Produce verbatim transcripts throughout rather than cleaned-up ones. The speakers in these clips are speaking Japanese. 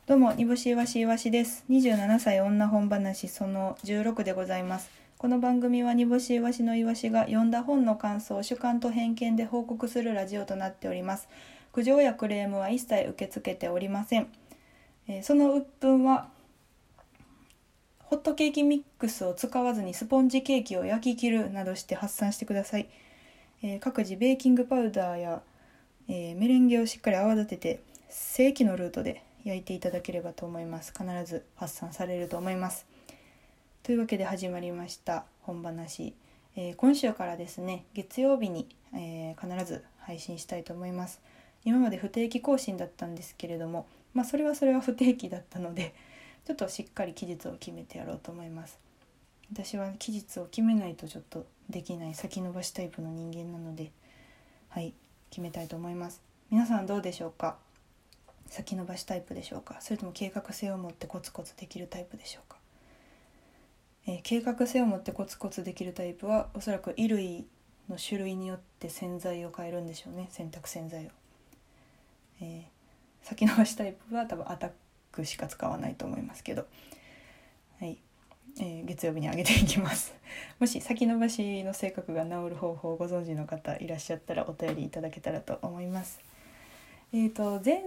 どうも、煮干しいわしいわしです。にじゅうななさい女本話そのじゅうろくでございます。この番組は煮干しいわしのいわしが読んだ本の感想を主観と偏見で報告するラジオとなっております。苦情やクレームは一切受け付けておりません。えー、その鬱憤はホットケーキミックスを使わずにスポンジケーキを焼き切るなどして発散してください。えー、各自ベーキングパウダーや、えー、メレンゲをしっかり泡立てて正規のルートで焼いていただければと思います。必ず発散されると思います。というわけで始まりました本話、えー、今週からですね、月曜日に、えー、必ず配信したいと思います。今まで不定期更新だったんですけれども、まあそれはそれは不定期だったので、ちょっとしっかり期日を決めてやろうと思います。私は期日を決めないとちょっとできない先延ばしタイプの人間なので、はい決めたいと思います。皆さんどうでしょうか？先延ばしタイプでしょうか？それとも計画性を持ってコツコツできるタイプでしょうか？えー、計画性を持ってコツコツできるタイプはおそらく衣類の種類によって洗剤を変えるんでしょうね。洗濯洗剤を、えー、先延ばしタイプは多分アタックしか使わないと思いますけど、はい、えー、月曜日に上げていきますもし先延ばしの性格が治る方法をご存知の方いらっしゃったらお便りいただけたらと思います。えーと前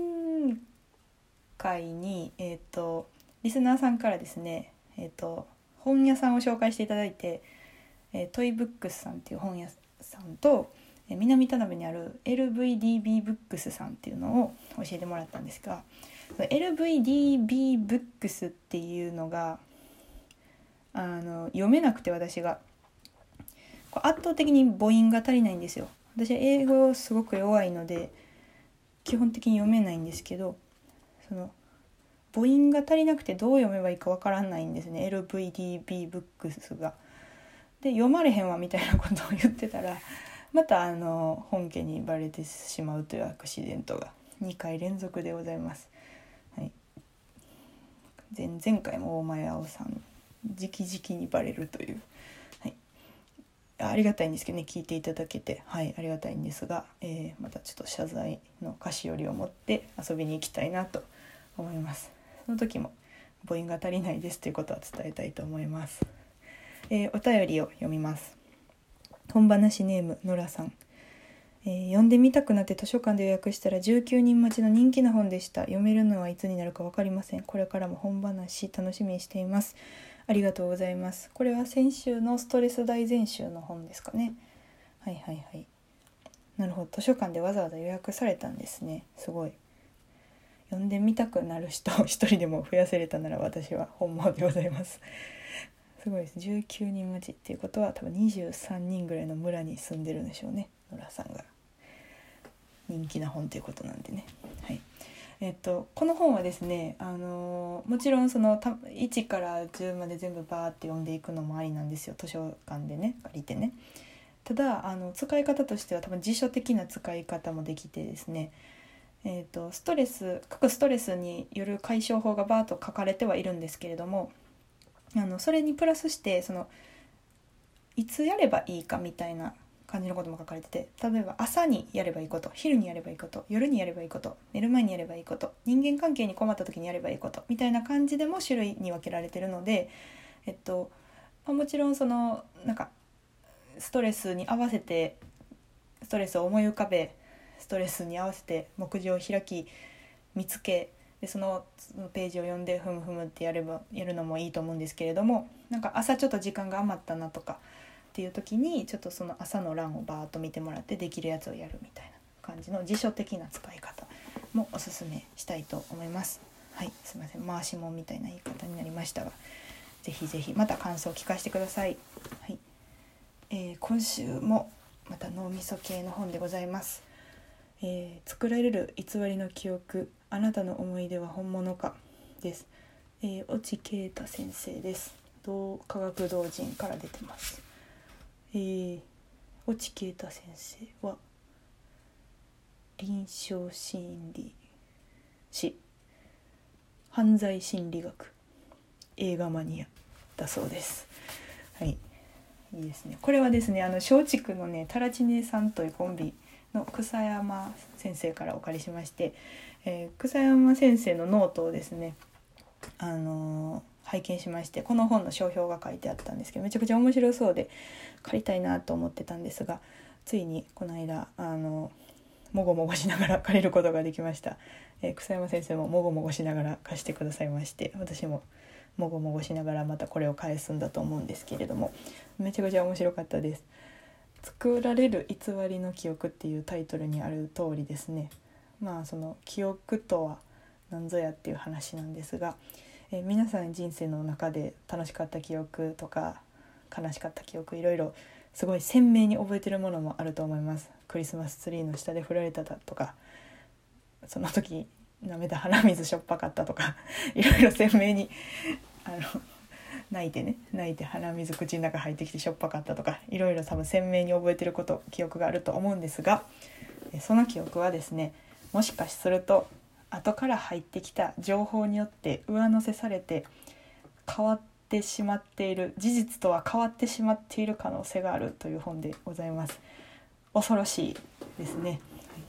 回に、えーとリスナーさんからですね、えーと本屋さんを紹介していただいて、えー、トイブックスさんっていう本屋さんと、えー、南田辺にある エルブイディービー ブックスさんっていうのを教えてもらったんですが、 エルブイディービー ブックスっていうのがあの読めなくて、私が圧倒的に母音が足りないんですよ。私は英語すごく弱いので基本的に読めないんですけど、その母音が足りなくてどう読めばいいかわからないんですね、 エルブイディービー ブックスが。で読まれへんわみたいなことを言ってたら、またあの本家にバレてしまうというアクシデントがにかい連続でございます。はい、前々回も大前青さん直々にバレるという、はい、ありがたいんですけどね、聞いていただけて、はいありがたいんですが、えー、またちょっと謝罪の菓子折りを持って遊びに行きたいなと思います。その時も母音が足りないですということは伝えたいと思います。えー、お便りを読みます。本話ネームのらさん、えー、読んでみたくなって図書館で予約したらじゅうきゅうにん待ちの人気な本でした。読めるのはいつになるか分かりません。これからも本話楽しみにしています。ありがとうございます。これは先週のストレス大全集の本ですかね。はいはいはい、なるほど、図書館でわざわざ予約されたんですね。すごい。読んでみたくなる人を一人でも増やせれたなら私は本望でございます。すごいです。じゅうきゅうにん待ちっていうことは多分にじゅうさんにんぐらいの村に住んでるんでしょうね、野良さんが。人気な本ということなんでね。はい。えっとこの本はですね、あのー、もちろんそのいちからじゅうまで全部バーって読んでいくのもありなんですよ、図書館でね借りてね。ただあの使い方としては多分辞書的な使い方もできてですね、えーと、ストレス各ストレスによる解消法がバーッと書かれてはいるんですけれども、あのそれにプラスしてそのいつやればいいかみたいな感じのことも書かれてて、例えば朝にやればいいこと、昼にやればいいこと、夜にやればいいこと、寝る前にやればいいこと、人間関係に困った時にやればいいことみたいな感じでも種類に分けられてるので、えっと、まあ、もちろんそのなんかストレスに合わせてストレスを思い浮かべ、ストレスに合わせて目次を開き見つけで、そのページを読んでふむふむってやればやるのもいいと思うんですけれども、なんか朝ちょっと時間が余ったなとかっていう時にちょっとその朝の欄をバーッと見てもらってできるやつをやるみたいな感じの辞書的な使い方もおすすめしたいと思います。はい、すいません、回しもんみたいな言い方になりましたが、ぜひぜひまた感想を聞かせてください。はい、えー、今週もまた脳みそ系の本でございます。えー、作られる偽りの記憶、あなたの思い出は本物かです。えー、越智啓太先生です。同科学同人から出てます。えー、越智啓太先生は臨床心理士、犯罪心理学、映画マニアだそうです。はい、いいですね。これはですね、あの松竹のねタラチネさんというコンビの草山先生からお借りしまして、えー、草山先生のノートをですね、あのー、拝見しまして、この本の書評が書いてあったんですけど、めちゃくちゃ面白そうで借りたいなと思ってたんですが、ついにこの間あのもごもごしながら借りることができました。えー、草山先生ももごもごしながら貸してくださいまして、私ももごもごしながらまたこれを返すんだと思うんですけれども、めちゃくちゃ面白かったです。作られる偽りの記憶っていうタイトルにある通りですね、まあその記憶とは何ぞやっていう話なんですが、えー、皆さん人生の中で楽しかった記憶とか悲しかった記憶、いろいろすごい鮮明に覚えてるものもあると思います。クリスマスツリーの下で振られただとか、その時舐めた鼻水しょっぱかったとかいろいろ鮮明にあの泣いてね泣いて鼻水口の中入ってきてしょっぱかったとか、いろいろ多分鮮明に覚えてること記憶があると思うんですが、その記憶はですね、もしかすると後から入ってきた情報によって上乗せされて変わってしまっている、事実とは変わってしまっている可能性があるという本でございます。恐ろしいですね。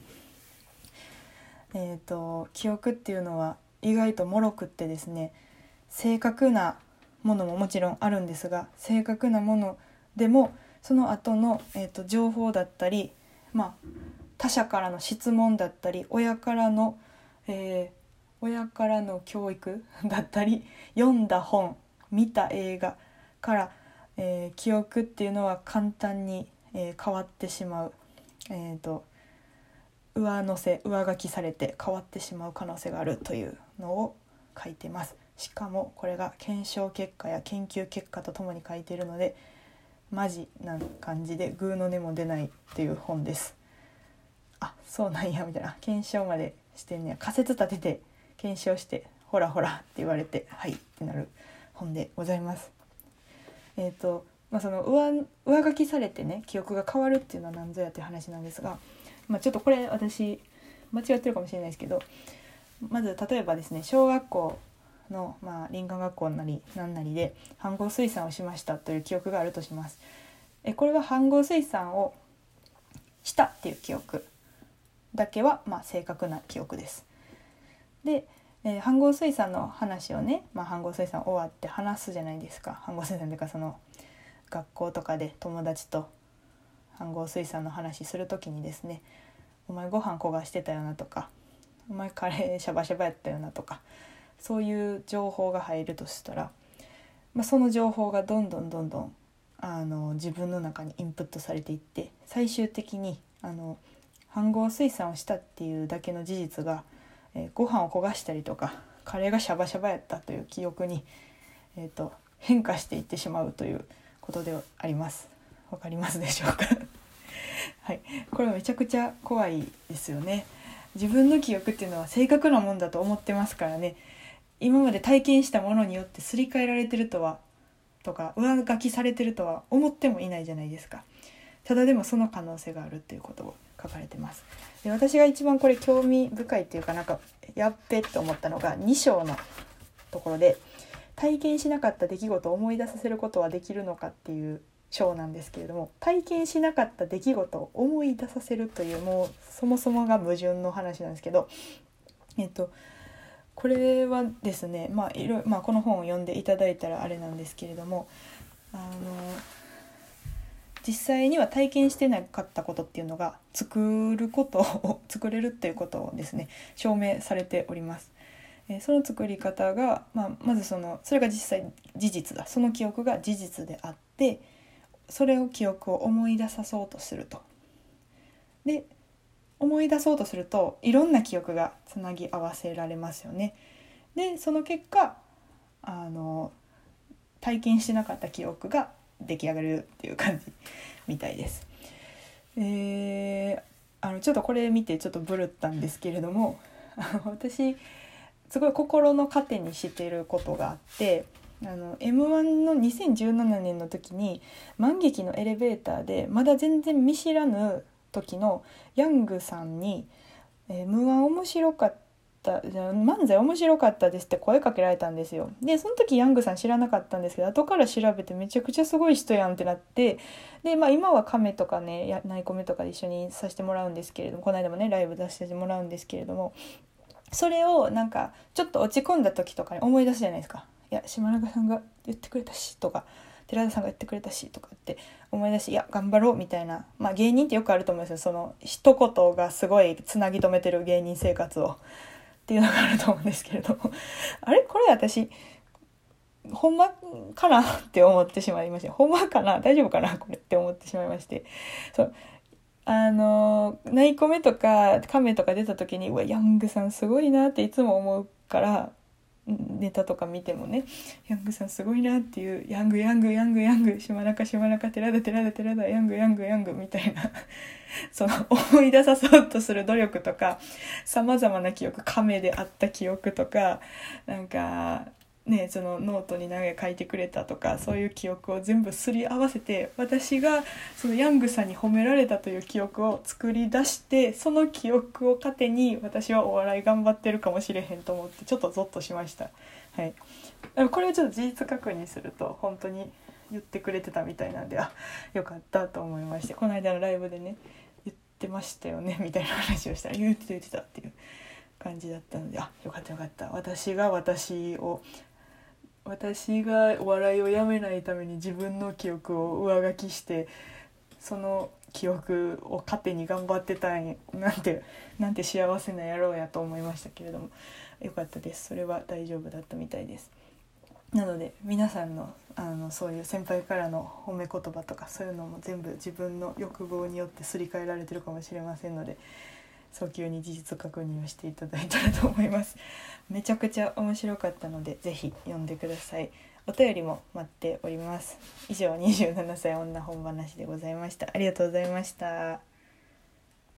えーと、記憶っていうのは意外と脆くってですね、正確なものももちろんあるんですが、正確なものでもその後の、えーと、情報だったり、まあ、他者からの質問だったり、親からの、えー、親からの教育だったり、読んだ本、見た映画から、えー、記憶っていうのは簡単に、えー、変わってしまう、えーと上乗せ上書きされて変わってしまう可能性があるというのを書いてます。しかもこれが検証結果や研究結果とともに書いているので、マジな感じでグーの音も出ないっていう本です。あ、そうなんやみたいな、検証までしてんねや、仮説立てて検証してほらほらって言われてはいってなる本でございます。えっとまあその 上, 上書きされてね記憶が変わるっていうのは何ぞやっていう話なんですが、まあ、ちょっとこれ私間違ってるかもしれないですけど、まず例えばですね、小学校の、まあ、林間学校なり何なりで飯盒水産をしましたという記憶があるとします。えこれは飯盒水産をしたっていう記憶だけは、まあ、正確な記憶です。で、えー、飯盒水産の話をね、まあ、飯盒水産終わって話すじゃないですか。飯盒水産というかその学校とかで友達と飯盒水産の話するときにですね、お前ご飯焦がしてたよなとか、お前カレーシャバシャバやったよなとか、そういう情報が入るとしたら、まあ、その情報がどんどんどんどんあの自分の中にインプットされていって、最終的にあの飯盒水産をしたっていうだけの事実が、えー、ご飯を焦がしたりとかカレーがシャバシャバやったという記憶に、えーと、変化していってしまうということであります。わかりますでしょうかはい、これめちゃくちゃ怖いですよね。自分の記憶っていうのは正確なもんだと思ってますからね。今まで体験したものによってすり替えられてるとはとか上書きされてるとは思ってもいないじゃないですか。ただでもその可能性があるっていうことを書かれてます。で、私が一番これ興味深いっていうか、なんかやっべって思ったのがに章のところで、体験しなかった出来事を思い出させることはできるのかっていう章なんですけれども、体験しなかった出来事を思い出させるという、もうそもそもが矛盾の話なんですけど、えっとこれはですね、まあいろ、まあ、この本を読んでいただいたらあれなんですけれども、あの実際には体験してなかったことっていうのが作ることを作れるっていうことをですね証明されております。えー、その作り方が、まあ、まずそのそれが実際事実だ、その記憶が事実であって、それを記憶を思い出さそうとすると。で思い出そうとするといろんな記憶がつなぎ合わせられますよね。でその結果あの体験してなかった記憶が出来上がるっていう感じみたいです。えー、あのちょっとこれ見てちょっとブルったんですけれども、私すごい心の糧にしていることがあって、あの エムワン のにせんじゅうななねんの時に満劇のエレベーターでまだ全然見知らぬ時のヤングさんに エムワン 面白かっったじゃあ漫才面白かったですって声かけられたんですよ。でその時ヤングさん知らなかったんですけど後から調べてめちゃくちゃすごい人やんってなって、で、まあ、今はカメとかねやナイコメとかで一緒にさせてもらうんですけれども、この間もねライブ出してもらうんですけれども、それをなんかちょっと落ち込んだ時とかに思い出すじゃないですか。いや島中さんが言ってくれたしとか寺田さんが言ってくれたしとかって思い出し、いや頑張ろうみたいな、まあ芸人ってよくあると思うんですよ。その一言がすごいつなぎ止めてる芸人生活をっていうのがあると思うんですけれどもあれこれ私ほんまかなって思ってしまいまして、ほんまかな大丈夫かなこれって思ってしまいまして、そうあのナイコメとかカメとか出た時にうわヤングさんすごいなっていつも思うから、ネタとか見てもねヤングさんすごいなっていう、ヤングヤングヤングヤング島中島中寺田寺田寺田ヤングヤングヤングみたいなその思い出さそうとする努力とかさまざまな記憶、亀であった記憶とかなんかね、そのノートに何か書いてくれたとかそういう記憶を全部すり合わせて、私がそのヤングさんに褒められたという記憶を作り出して、その記憶を糧に私はお笑い頑張ってるかもしれへんと思ってちょっとゾッとしました。はい、これをちょっと事実確認すると本当に言ってくれてたみたいなんで、あよかったと思いまして、この間のライブでね言ってましたよねみたいな話をしたら言ってた言ってたっていう感じだったので、あよかったよかった、私が私を私がお笑いをやめないために自分の記憶を上書きしてその記憶を糧に頑張ってたんやなんてなんて幸せな野郎やと思いましたけれども、よかったです。それは大丈夫だったみたいです。なので皆さんの、あのそういう先輩からの褒め言葉とかそういうのも全部自分の欲望によってすり替えられてるかもしれませんので、早急に事実確認をしていただいたらと思います。めちゃくちゃ面白かったのでぜひ読んでください。お便りも待っております。以上にじゅうななさい女本話でございました。ありがとうございました。